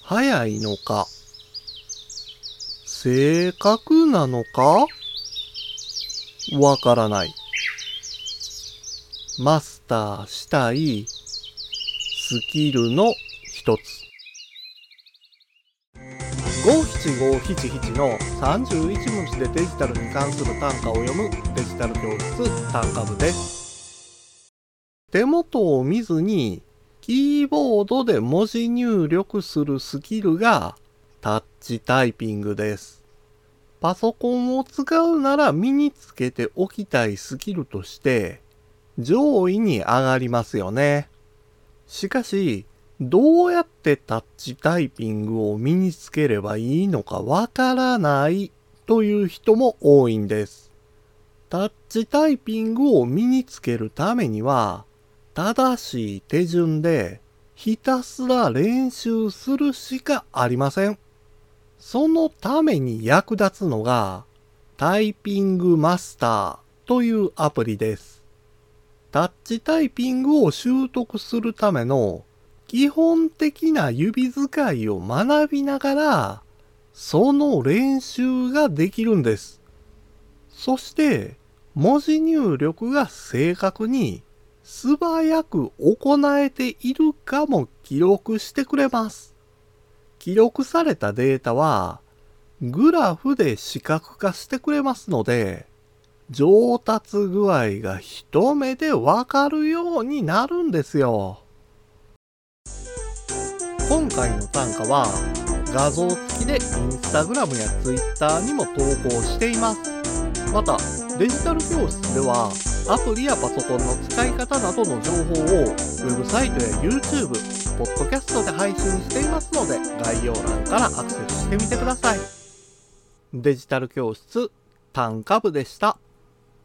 早いのか、正確なのか、わからない。マスターしたいスキルの一つ。57577の31文字でデジタルに関する単価を読むデジタル教室単価部です。手元を見ずにキーボードで文字入力するスキルがタッチタイピングです。パソコンを使うなら身につけておきたいスキルとして上位に上がりますよね。しかし、どうやってタッチタイピングを身につければいいのかわからないという人も多いんです。タッチタイピングを身につけるためには、正しい手順でひたすら練習するしかありません。そのために役立つのが、タイピングマスターというアプリです。タッチタイピングを習得するための基本的な指使いを学びながら、その練習ができるんです。そして、文字入力が正確に素早く行えているかも記録してくれます。記録されたデータは、グラフで視覚化してくれますので、上達具合が一目でわかるようになるんですよ。今回の単価は画像付きでインスタグラムやツイッターにも投稿しています。またデジタル教室ではアプリやパソコンの使い方などの情報をウェブサイトや YouTube、ポッドキャストで配信していますので概要欄からアクセスしてみてください。デジタル教室単価部でした。